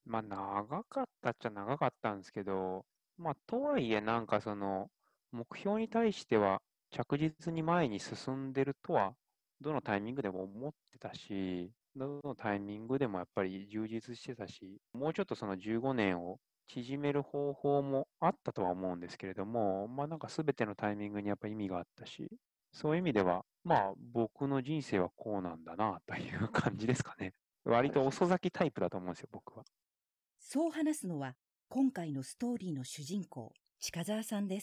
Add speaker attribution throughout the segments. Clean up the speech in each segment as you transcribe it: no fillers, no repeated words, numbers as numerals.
Speaker 1: まあ、長かったっちゃ長かったんですけど、まあ、とはいえ、目標に対しては着実に前に進んでるとは、どのタイミングでも思ってたし、どのタイミングでもやっぱり充実してたし、もうちょっとその15年を縮める方法もあったとは思うんですけれども、まあなんか全てのタイミングにやっぱ意味があったし、そういう意味では、まあ僕の人生はこうなんだなという感じですかね。割と遅咲きタイプだと思うんですよ、僕は。
Speaker 2: そう話すのは、今回のストーリーの主人公、近澤さんです。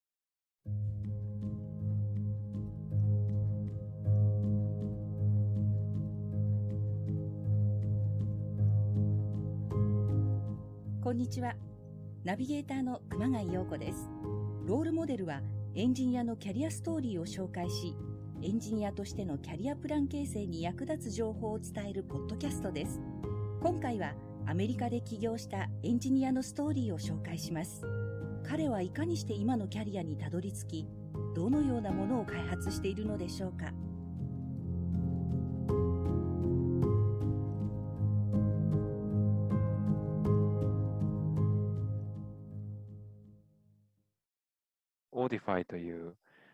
Speaker 2: こんにちは。ナビゲーターの熊谷陽子です。ロールモデルはエンジニアのキャリアストーリーを紹介し、エンジニアとしてのキャリアプラン形成に役立つ情報を伝えるポッドキャストです。今回はアメリカで起業したエンジニアのストーリーを紹介します。彼はいかにして今のキャリアにたどり着き、どのようなものを開発しているのでしょうか。
Speaker 1: オーディファイという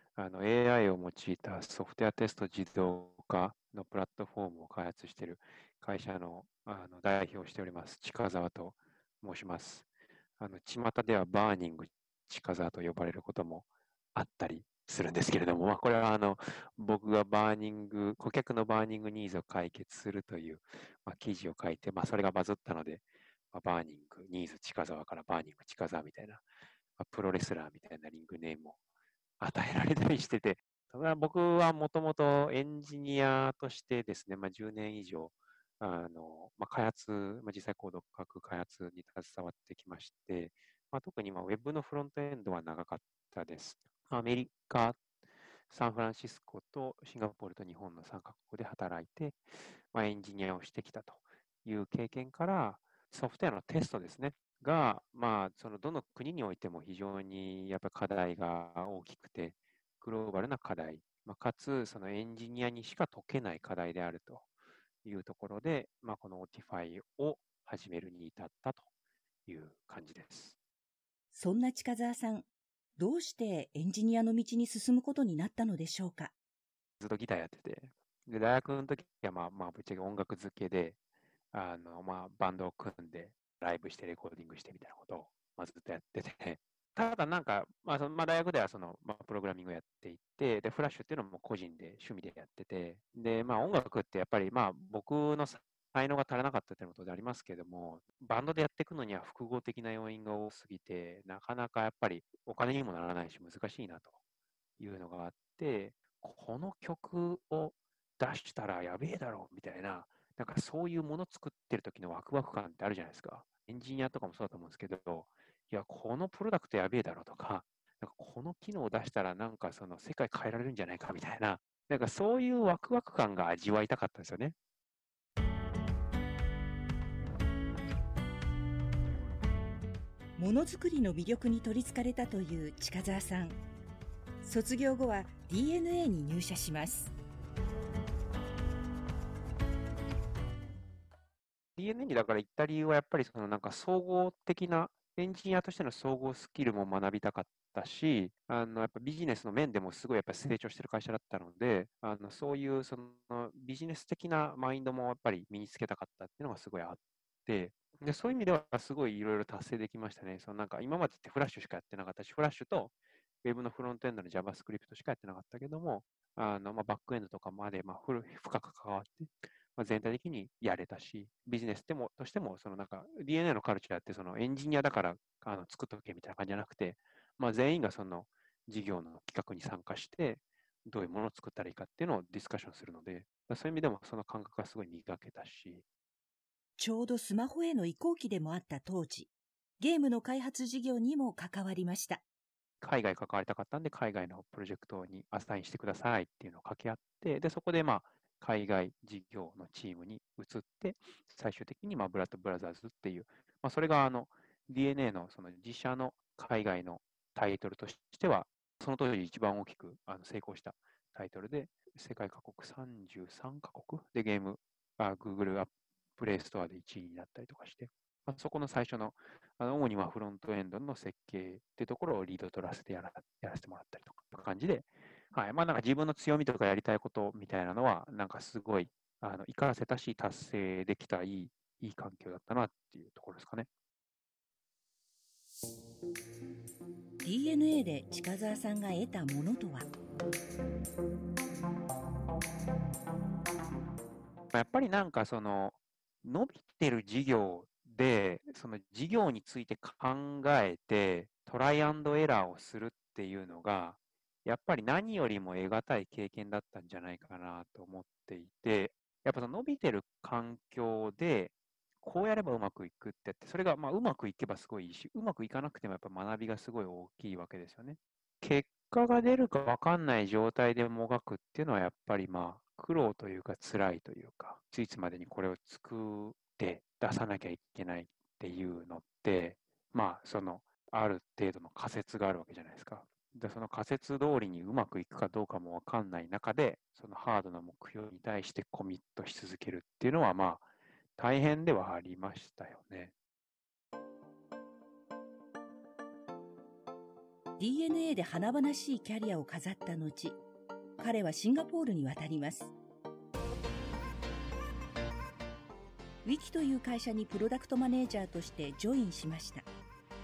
Speaker 1: AI を用いたソフトウェアテスト自動化のプラットフォームを開発している会社の、代表をしております、近澤と申します。巷ではバーニング近澤と呼ばれることもあったりするんですけれども、まあ、これは僕が顧客のバーニングニーズを解決するという、まあ、記事を書いて、まあ、それがバズったので、まあ、バーニングニーズ近澤からバーニング近澤みたいな、まあ、プロレスラーみたいなリングネームを与えられたりしてて、ただ僕はもともとエンジニアとしてですね、まあ、10年以上、まあ、実際コードを書く開発に携わってきまして、まあ、特にウェブのフロントエンドは長かったです。アメリカ、サンフランシスコとシンガポールと日本の3カ国で働いて、まあ、エンジニアをしてきたという経験から、ソフトウェアのテストですね、が、まあ、そのどの国においても非常にやっぱり課題が大きくて、グローバルな課題、まあ、かつそのエンジニアにしか解けない課題であるというところで、まあ、この Otify を始めるに至ったという感じです。
Speaker 2: そんな近澤さん、どうしてエンジニアの道に進むことになったのでしょうか。
Speaker 1: ずっとギターやってて、で大学の時はぶっちゃけ音楽漬けで、バンドを組んで、ライブしてレコーディングしてみたいなことを、ずっとやってて、ただ大学ではプログラミングをやっていて、で、フラッシュっていうのも個人で趣味でやってて、で、音楽ってやっぱり僕の才能が足らなかったっていうことでありますけども、バンドでやっていくのには複合的な要因が多すぎて、なかなかやっぱりお金にもならないし難しいなというのがあって、この曲を出したらやべえだろみたいな、なんかそういうもの作ってる時のワクワク感ってあるじゃないですか。エンジニアとかもそうだと思うんですけど、いや、このプロダクトやべえだろとか、なんかこの機能を出したらなんかその世界変えられるんじゃないかみたいな、なんかそういうワクワク感が味わいたかったんですよね。
Speaker 2: ものづくりの魅力に取りつかれたという近澤さん。卒業後は DNA に入社します。
Speaker 1: DNA にだから行った理由はやっぱりそのなんか総合的なエンジニアとしての総合スキルも学びたかったし、やっぱビジネスの面でもすごいやっぱ成長してる会社だったので、そういうそのビジネス的なマインドもやっぱり身につけたかったっていうのがすごいあって、で、そういう意味ではすごいいろいろ達成できましたね。そのなんか今までってフラッシュしかやってなかったし、フラッシュと Web のフロントエンドの JavaScript しかやってなかったけども、バックエンドとかまで深く関わって、全体的にやれたし、ビジネスとしても、そのなんか DNA のカルチャーってそのエンジニアだから作っとけみたいな感じじゃなくて、全員がその事業の企画に参加して、どういうものを作ったらいいかっていうのをディスカッションするので、そういう意味でもその感覚がすごい磨けたし。
Speaker 2: ちょうどスマホへの移行期でもあった当時、ゲームの開発事業にも関わりました。
Speaker 1: 海外関わりたかったんで、海外のプロジェクトにアサインしてくださいっていうのを掛け合って、で、そこで海外事業のチームに移って、最終的にブラッドブラザーズっていう、それがDNA のその自社の海外のタイトルとしては、その当時一番大きく成功したタイトルで、世界各国33カ国でゲーム、Google プレイストアで1位になったりとかして、 そこの最初の、主にフロントエンドの設計っていうところをリード取らせてやらせてもらったりとか、感じで、はい。なんか自分の強みとかやりたいことみたいなのは、なんかすごい、活かせたし、達成できたいい環境だったなっていうところですかね。
Speaker 2: DNA で近澤さんが得たものとは。
Speaker 1: やっぱりなんか伸びてる事業で、その事業について考えて、トライアンドエラーをするっていうのが、やっぱり何よりも得難い経験だったんじゃないかなと思っていて、やっぱその伸びてる環境で、こうやればうまくいくってやって、それがうまくいけばすごいいいし、うまくいかなくてもやっぱ学びがすごい大きいわけですよね。結果が出るか分かんない状態でもがくっていうのはやっぱり苦労というか辛いというか、いつまでにこれを作って出さなきゃいけないっていうのって、ある程度の仮説があるわけじゃないですか。で、その仮説通りにうまくいくかどうかも分かんない中で、そのハードな目標に対してコミットし続けるっていうのは大変ではありましたよね。
Speaker 2: DNA で華々しいキャリアを飾った後、彼はシンガポールに渡ります。ウィキという会社にプロダクトマネージャーとしてジョインしました。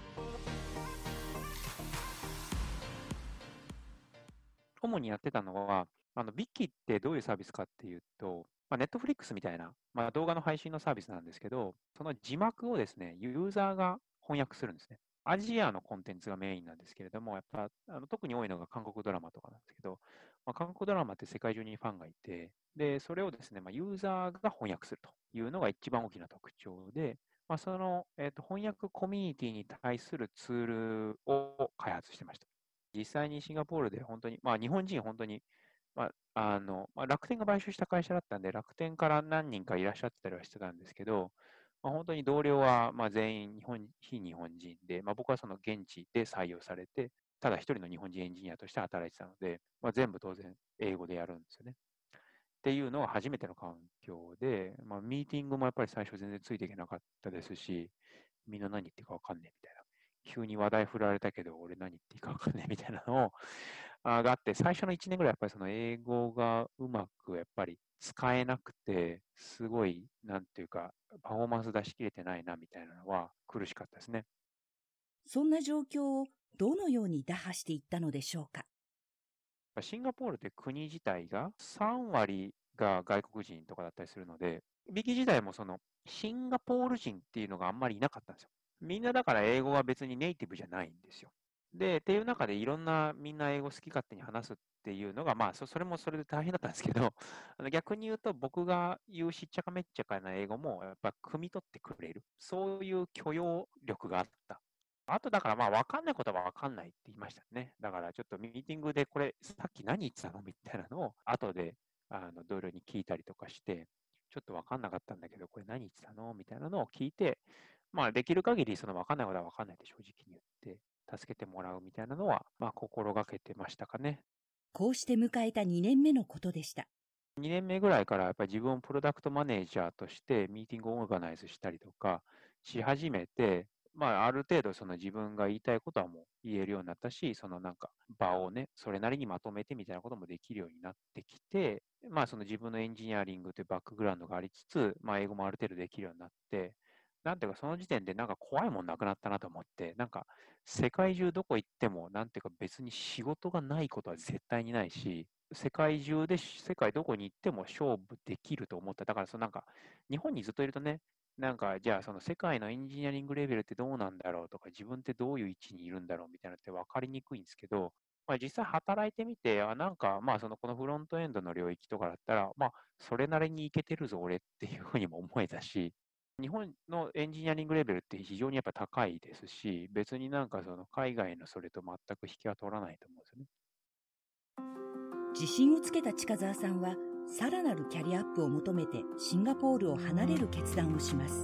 Speaker 1: 主にやってたのは、ビッキってどういうサービスかっていうと、ネットフリックスみたいな、動画の配信のサービスなんですけど、その字幕をですね、ユーザーが翻訳するんですね。アジアのコンテンツがメインなんですけれども、やっぱ特に多いのが韓国ドラマとかなんですけど、韓国ドラマって世界中にファンがいて、で、それをですね、ユーザーが翻訳するというのが一番大きな特徴で、翻訳コミュニティに対するツールを開発してました。実際にシンガポールで本当に、日本人本当に、楽天が買収した会社だったんで、楽天から何人かいらっしゃってたりはしてたんですけど、本当に同僚は全員非日本人で、僕はその現地で採用されて、ただ一人の日本人エンジニアとして働いてたので、全部当然英語でやるんですよね。っていうのは初めての環境で、ミーティングもやっぱり最初全然ついていけなかったですし、みんな何言ってるか分かんねえみたいな。急に話題振られたけど、俺何言っていいか分かんねえみたいなのをがあって、最初の1年ぐらいやっぱりその英語がうまくやっぱり使えなくて、すごい、なんていうか、パフォーマンス出し切れてないなみたいなのは苦しかったですね。
Speaker 2: そんな状況をどのように打破していったのでしょうか。
Speaker 1: シンガポールって国自体が3割が外国人とかだったりするので、ビキ時代もそのシンガポール人っていうのがあんまりいなかったんですよ。みんなだから英語は別にネイティブじゃないんですよ。で、っていう中でいろんなみんな英語好き勝手に話すっていうのが、それもそれで大変だったんですけど、逆に言うと僕が言うしっちゃかめっちゃかな英語もやっぱ汲み取ってくれる。そういう許容力があった。あとだから分かんないことは分かんないって言いましたね。だからちょっとミーティングでこれさっき何言ってたのみたいなのを後で同僚に聞いたりとかして、ちょっと分かんなかったんだけど、これ何言ってたのみたいなのを聞いて、できる限りその分かんないことは分かんないって正直に言って、助けてもらうみたいなのは、心がけてましたかね。
Speaker 2: こうして迎えた2年目のことでした。
Speaker 1: 2年目ぐらいからやっぱり自分をプロダクトマネージャーとしてミーティングをオーガナイズしたりとかし始めて、ある程度その自分が言いたいことはもう言えるようになったし、そのなんか場をね、それなりにまとめてみたいなこともできるようになってきて、その自分のエンジニアリングというバックグラウンドがありつつ、英語もある程度できるようになって、なんていうかその時点でなんか怖いもんなくなったなと思って、なんか世界中どこ行っても、なんていうか別に仕事がないことは絶対にないし、世界中で、世界どこに行っても勝負できると思った。だから、なんか、日本にずっといるとね、なんか、じゃあ、その世界のエンジニアリングレベルってどうなんだろうとか、自分ってどういう位置にいるんだろうみたいなのって分かりにくいんですけど、実際働いてみて、なんか、このフロントエンドの領域とかだったら、それなりにいけてるぞ、俺っていうふうにも思えたし、日本のエンジニアリングレベルって非常にやっぱ高いですし、別になんかその海外のそれと全く引きは取らないと思うんですよね。
Speaker 2: 自信をつけた近澤さんは、さらなるキャリアアップを求めてシンガポールを離れる決断をします。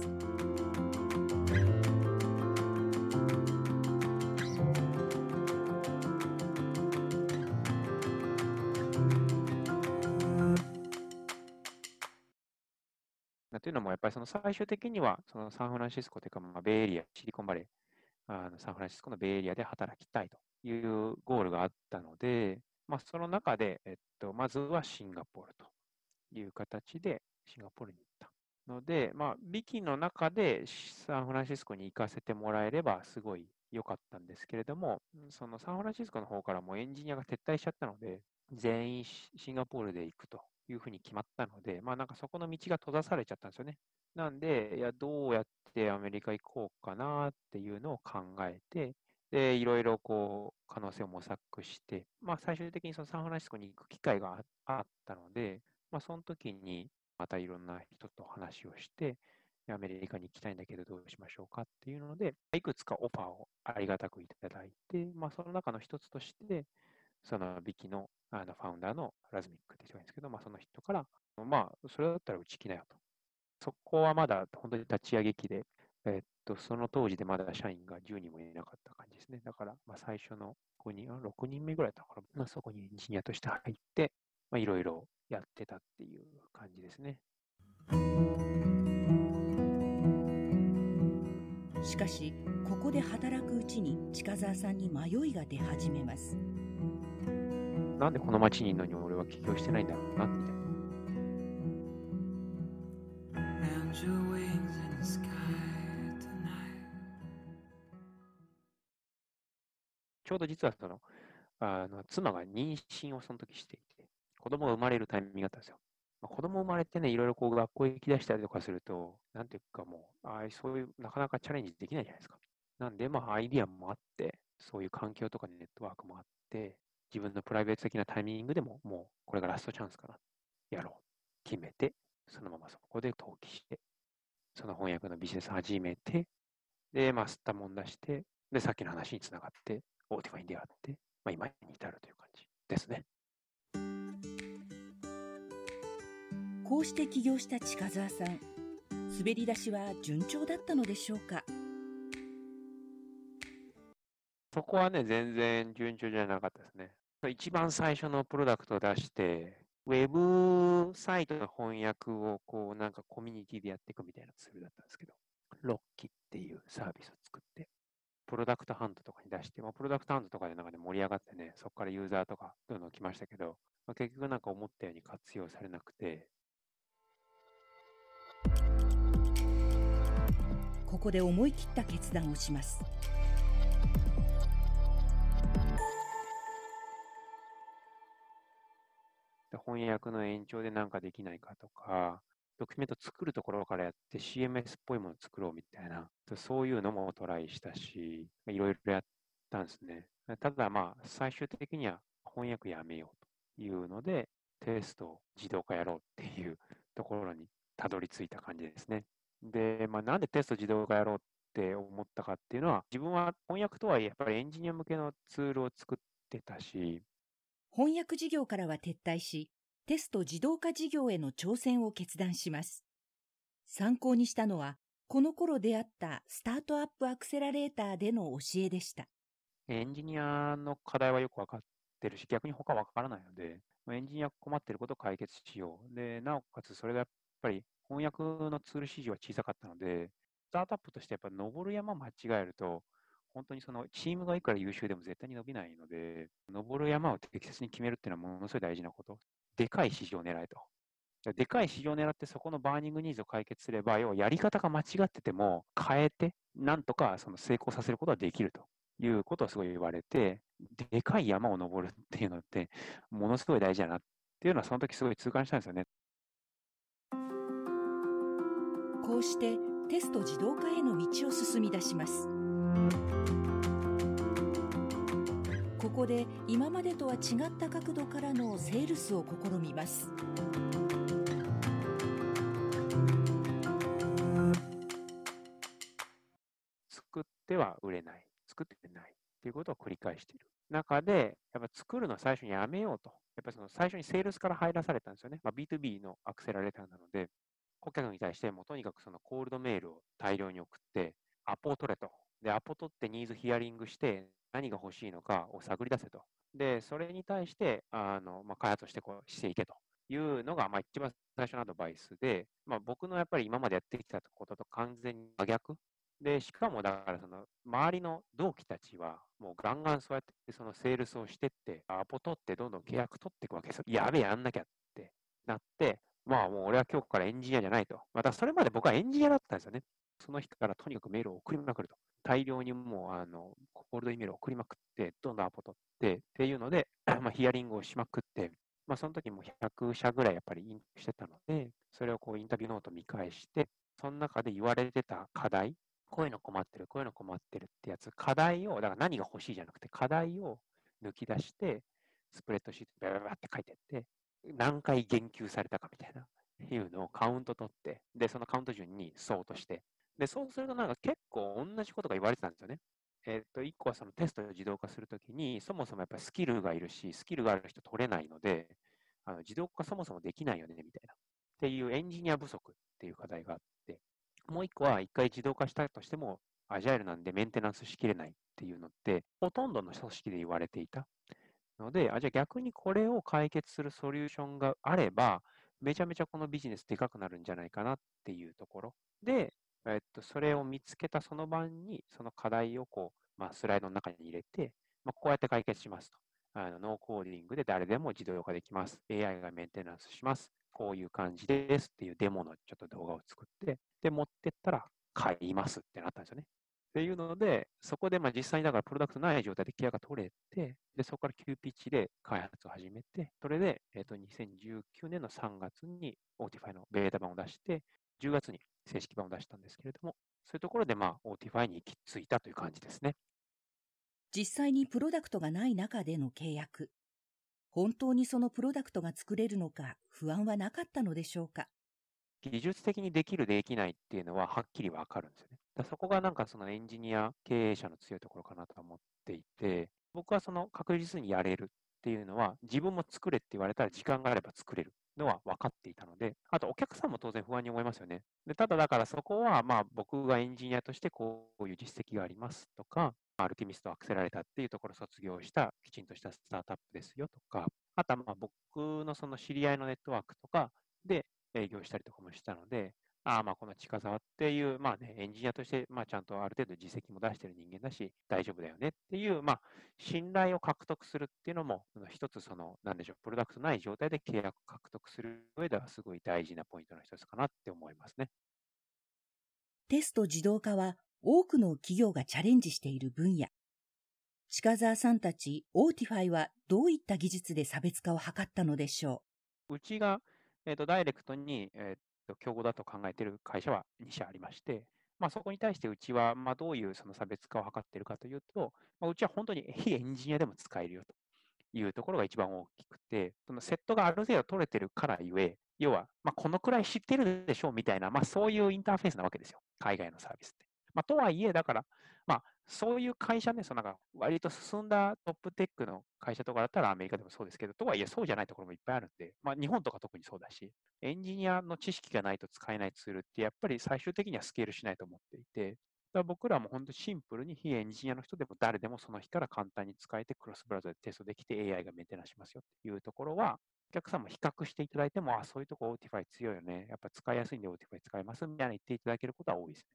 Speaker 1: というのもやっぱりその最終的には、そのサンフランシスコというか、ベイエリア、シリコンバレー、サンフランシスコのベイエリアで働きたいというゴールがあったので、その中で、まずはシンガポールという形でシンガポールに行ったので、ビキの中でサンフランシスコに行かせてもらえればすごい良かったんですけれども、そのサンフランシスコの方からもうエンジニアが撤退しちゃったので、全員シンガポールで行くというふうに決まったので、なんかそこの道が閉ざされちゃったんですよね。なんで、いや、どうやってアメリカ行こうかなっていうのを考えて、で、いろいろこう、可能性を模索して、最終的にそのサンフランシスコに行く機会があったので、その時にまたいろんな人と話をして、アメリカに行きたいんだけどどうしましょうかっていうので、いくつかオファーをありがたくいただいて、その中の一つとして、そのビキのファウンダーのラズミックって人がいるんですけど、その人から、それだったらうち来なよと。そこはまだ本当に立ち上げ期で、その当時でまだ社員が10人もいなかった感じですね。だから、最初の6人目ぐらいだったから、そこにエンジニアとして入って、いろいろやってたっていう感じですね。
Speaker 2: しかし、ここで働くうちに近澤さんに迷いが出始めます。
Speaker 1: なんでこの町にいるのに俺は起業してないんだろうな、みたいな。ちょうど実は妻が妊娠をその時していて、子供が生まれるタイミングだったんですよ。子供生まれてね、いろいろこう学校行き出したりとかすると、なんていうかもう、そういうなかなかチャレンジできないじゃないですか。なんで、アイディアもあって、そういう環境とかネットワークもあって、自分のプライベート的なタイミングでも、もうこれがラストチャンスかな。やろう。決めて、そのままそこで登記して、その翻訳のビジネス始めて、で、吸ったもん出して、で、さっきの話につながって、オーティファイに出会って、今に至るという感じですね。
Speaker 2: こうして起業した近澤さん、滑り出しは順調だったのでしょうか。
Speaker 1: そこはね、全然順調じゃなかったですね。一番最初のプロダクトを出して、ウェブサイトの翻訳をなんかコミュニティでやっていくみたいなツールだったんですけど、ロッキっていうサービスを作って、プロダクトハントとかに出して、プロダクトハントとかでなんか盛り上がってね、そこからユーザーとかどんどん来ましたけど、結局なんか思ったように活用されなくて。
Speaker 2: ここで思い切った決断をします。
Speaker 1: 翻訳の延長でなんかできないかとか、ドキュメント作るところからやって CMS っぽいものを作ろうみたいな、そういうのもトライしたし、いろいろやったんですね。ただ最終的には翻訳やめようというので、テストを自動化やろうっていうところにたどり着いた感じですね。で、なんでテスト自動化やろうって思ったかっていうのは、自分は翻訳とはいえやっぱりエンジニア向けのツールを作ってたし、
Speaker 2: 翻訳事業からは撤退し、テスト自動化事業への挑戦を決断します。参考にしたのは、この頃出会ったスタートアップアクセラレーターでの教えでした。
Speaker 1: エンジニアの課題はよく分かってるし、逆に他は分からないので、エンジニアが困っていることを解決しよう。で、なおかつそれがやっぱり翻訳のツール市場は小さかったので、スタートアップとしてやっぱ登る山間違えると、本当にそのチームがいくら優秀でも絶対に伸びないので、登る山を適切に決めるっていうのはものすごい大事なこと。でかい市場を狙えと。でかい市場を狙ってそこのバーニングニーズを解決すれば、要はやり方が間違ってても変えて、なんとかその成功させることができるということをすごい言われて、でかい山を登るっていうのって、ものすごい大事だなっていうのは、その時すごい痛感したんですよね。
Speaker 2: こうしてテスト自動化への道を進み出します。ここで今までとは違った角度からのセールスを試みます。
Speaker 1: 作っては売れない、作ってないっていうことを繰り返している中で、やっぱ作るのを最初にやめようと。やっぱりその最初にセールスから入らされたんですよね。B2B のアクセラレーターなので、顧客に対してもうとにかくそのコールドメールを大量に送って、アポを取れと。で、アポ取ってニーズヒアリングして、何が欲しいのかを探り出せと。で、それに対して、開発をしていけというのが、一番最初のアドバイスで、僕のやっぱり今までやってきたことと完全に真逆。で、しかもだからその周りの同期たちは、もうガンガンそうやってそのセールスをしてって、アポ取ってどんどん契約取っていくわけですよ。やべえ、やんなきゃってなって、もう俺は今日からエンジニアじゃないと。またそれまで僕はエンジニアだったんですよね。その日からとにかくメールを送りまくると。大量にもうコールドイメールを送りまくって、どんどんアポ取ってっていうので、ヒアリングをしまくって、その時も100社ぐらいやっぱりインしてたので、それをこうインタビューノート見返して、その中で言われてた課題、こういうの困ってる、こういうの困ってるってやつ、課題を、だから何が欲しいじゃなくて、課題を抜き出して、スプレッドシートにバババって書いてあって、何回言及されたかみたいな、いうのをカウント取って、で、そのカウント順にソートして、で、そうするとなんか結構同じことが言われてたんですよね。1個はそのテストを自動化するときに、そもそもやっぱりスキルがいるし、スキルがある人取れないので、自動化そもそもできないよね、みたいな。っていうエンジニア不足っていう課題があって、もう1個は1回自動化したとしても、アジャイルなんでメンテナンスしきれないっていうのって、ほとんどの組織で言われていたので、じゃあ逆にこれを解決するソリューションがあれば、めちゃめちゃこのビジネスでかくなるんじゃないかなっていうところで、それを見つけたその晩に、その課題をこう、スライドの中に入れて、こうやって解決しますと。ノーコーディングで誰でも自動化できます。AI がメンテナンスします。こういう感じですっていうデモのちょっと動画を作って、で、持ってったら買いますってなったんですよね。っていうので、そこで実際にだからプロダクトない状態で契約が取れて、で、そこから急ピッチで開発を始めて、それで、2019年の3月に Autify のベータ版を出して、10月に正式版を出したんですけれども、そういうところでAutify に行き着いたという感じですね。
Speaker 2: 実際にプロダクトがない中での契約。本当にそのプロダクトが作れるのか不安はなかったのでしょうか。
Speaker 1: 技術的にできる、できないっていうのははっきりわかるんですよね。そこがなんかそのエンジニア経営者の強いところかなと思っていて、僕はその確実にやれるっていうのは、自分も作れって言われたら時間があれば作れるのは分かっていたので、あとお客さんも当然不安に思いますよね。で、ただだからそこは僕がエンジニアとしてこういう実績がありますとか、アルティミストアクセラレーターっていうところを卒業したきちんとしたスタートアップですよとか、あとは僕のその知り合いのネットワークとかで営業したりとかもしたので、この近沢っていう、エンジニアとして、ちゃんとある程度実績も出してる人間だし、大丈夫だよねっていう、信頼を獲得するっていうのも、一つなんでしょう、プロダクトない状態で契約を獲得する上ではすごい大事なポイントの一つかなって思いますね。
Speaker 2: テスト自動化は多くの企業がチャレンジしている分野。近沢さんたちAutifyはどういった技術で差別化を図ったのでしょ
Speaker 1: うちが、ダイレクトに、競合だと考えている会社は2社ありまして、そこに対してうちは、どういうその差別化を図っているかというと、うちは本当に非エンジニアでも使えるよというところが一番大きくて、そのセットがある程度取れてるからゆえ、要は、このくらい知ってるでしょうみたいな、そういうインターフェースなわけですよ、海外のサービスって。とはいえ、だから、そういう会社ね、なんか割と進んだトップテックの会社とかだったらアメリカでもそうですけど、とはいえそうじゃないところもいっぱいあるんで、日本とか特にそうだし、エンジニアの知識がないと使えないツールって、やっぱり最終的にはスケールしないと思っていて、だから僕らも本当にシンプルに非エンジニアの人でも誰でもその日から簡単に使えてクロスブラウザでテストできて AI がメンテナンスしますよっていうところは、お客さんも比較していただいても、そういうとこ Autify 強いよね。やっぱ使いやすいんで Autify 使いますみたいな言っていただけることは多いですね。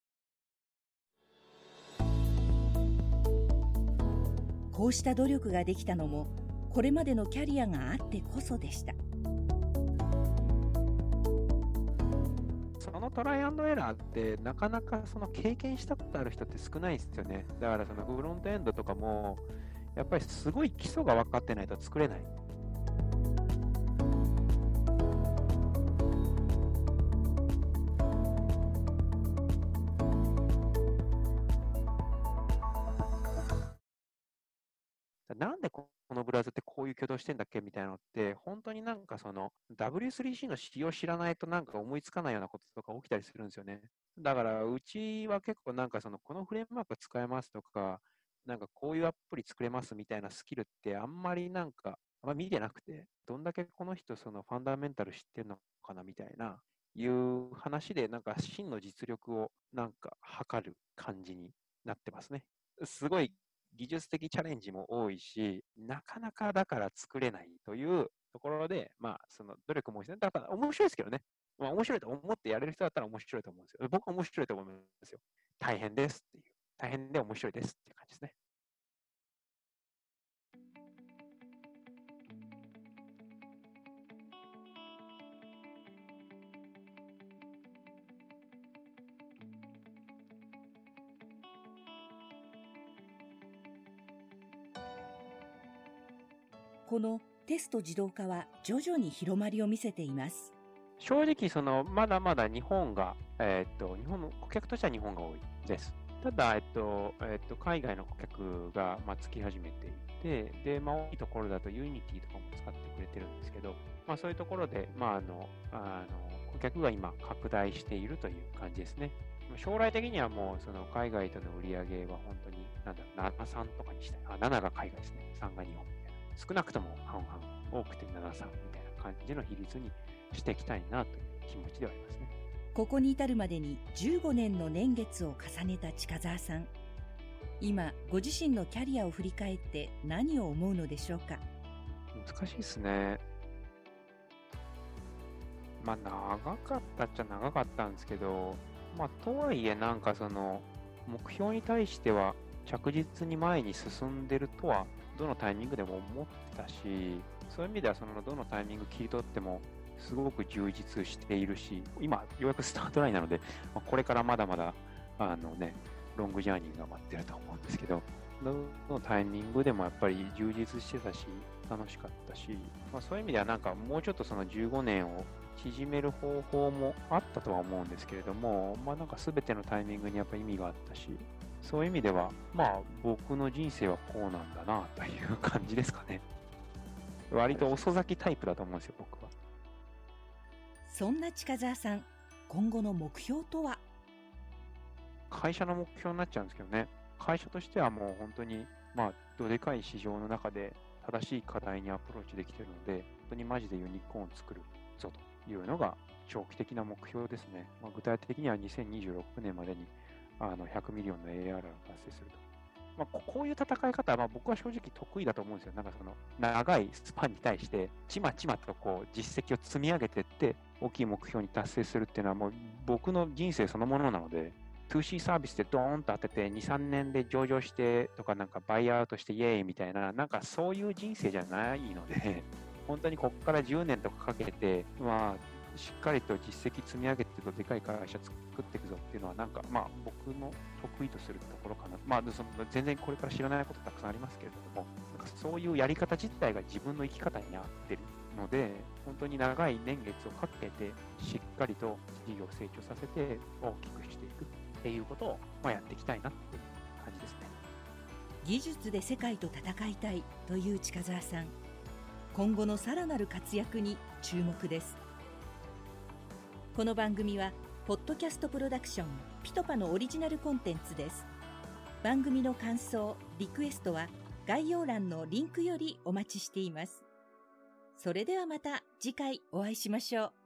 Speaker 2: こうした努力ができたのも、これまでのキャリアがあってこそでした。
Speaker 1: そのトライアンドエラーってなかなかその経験したことある人って少ないですよね。だからそのフロントエンドとかもやっぱりすごい基礎が分かってないと作れない。なんでこのブラウザってこういう挙動してんだっけみたいなのって、本当になんかその W3C の仕様知らないとなんか思いつかないようなこととか起きたりするんですよね。だからうちは結構なんかこのフレームワーク使えますとか、なんかこういうアプリ作れますみたいなスキルってあんまりなんか、あんま見てなくて、どんだけこの人そのファンダメンタル知ってるのかなみたいな、いう話でなんか真の実力をなんか測る感じになってますね。すごい技術的チャレンジも多いし、なかなかだから作れないというところで、まあ、その努力もして、だから面白いですけどね。まあ、面白いと思ってやれる人だったら面白いと思うんですよ。僕は面白いと思いますよ。大変ですっていう。大変で面白いですっていう感じですね。
Speaker 2: このテスト自動化は徐々に広まりを見せています。
Speaker 1: 正直、まだまだ日本が、日本の顧客としては日本が多いです。ただ、海外の顧客が、つき始めていて、で、多いところだと Unity とかも使ってくれてるんですけど、そういうところで、顧客が今拡大しているという感じですね。将来的にはもう、その海外との売り上げは本当に、7-3とかにしたい。7が海外ですね。3が日本みたいな。少なくとも半々、多くて7-3みたいな感じの比率にしていきたいなという気持ちではありますね。
Speaker 2: ここに至るまでに15年の年月を重ねた近澤さん。今、ご自身のキャリアを振り返って何を思うのでしょうか。
Speaker 1: 難しいですね。長かったっちゃ長かったんですけど、とはいえ目標に対しては着実に前に進んでるとは、どのタイミングでも思ってたし、そういう意味ではどのタイミング切り取っても、すごく充実しているし、今、ようやくスタートラインなので、これからまだまだ、ロングジャーニーが待ってると思うんですけど、どのタイミングでもやっぱり充実してたし、楽しかったし、そういう意味ではもうちょっとその15年を縮める方法もあったとは思うんですけれども、全てのタイミングにやっぱ意味があったし、そういう意味では、僕の人生はこうなんだなという感じですかね。割と遅咲きタイプだと思うんですよ、僕は。
Speaker 2: そんな近澤さん、今後の目標とは？
Speaker 1: 会社の目標になっちゃうんですけどね。会社としてはもう本当に、どでかい市場の中で正しい課題にアプローチできているので、本当にマジでユニコーンを作るぞというのが長期的な目標ですね。具体的には2026年までに100ミリオンの ARR を達成すると。こういう戦い方は僕は正直得意だと思うんですよ。長いスパンに対して、ちまちまと実績を積み上げていって、大きい目標に達成するっていうのはもう僕の人生そのものなので、2C サービスでドーンと当てて、2、3年で上場してとか、バイアウトしてイエーイみたいな、そういう人生じゃないので、本当にここから10年とかかけて、しっかりと実績積み上げてでかい会社作っていくぞっていうのは、僕の得意とするところかな。全然これから知らないことたくさんありますけれども、そういうやり方自体が自分の生き方に合ってるので、本当に長い年月をかけて、しっかりと事業を成長させて大きくしていくっていうことを、やっていきたいなっていう感じですね。
Speaker 2: 技術で世界と戦いたいという近澤さん。今後のさらなる活躍に注目です。この番組はポッドキャストプロダクションピトパのオリジナルコンテンツです。番組の感想、リクエストは概要欄のリンクよりお待ちしています。それではまた次回お会いしましょう。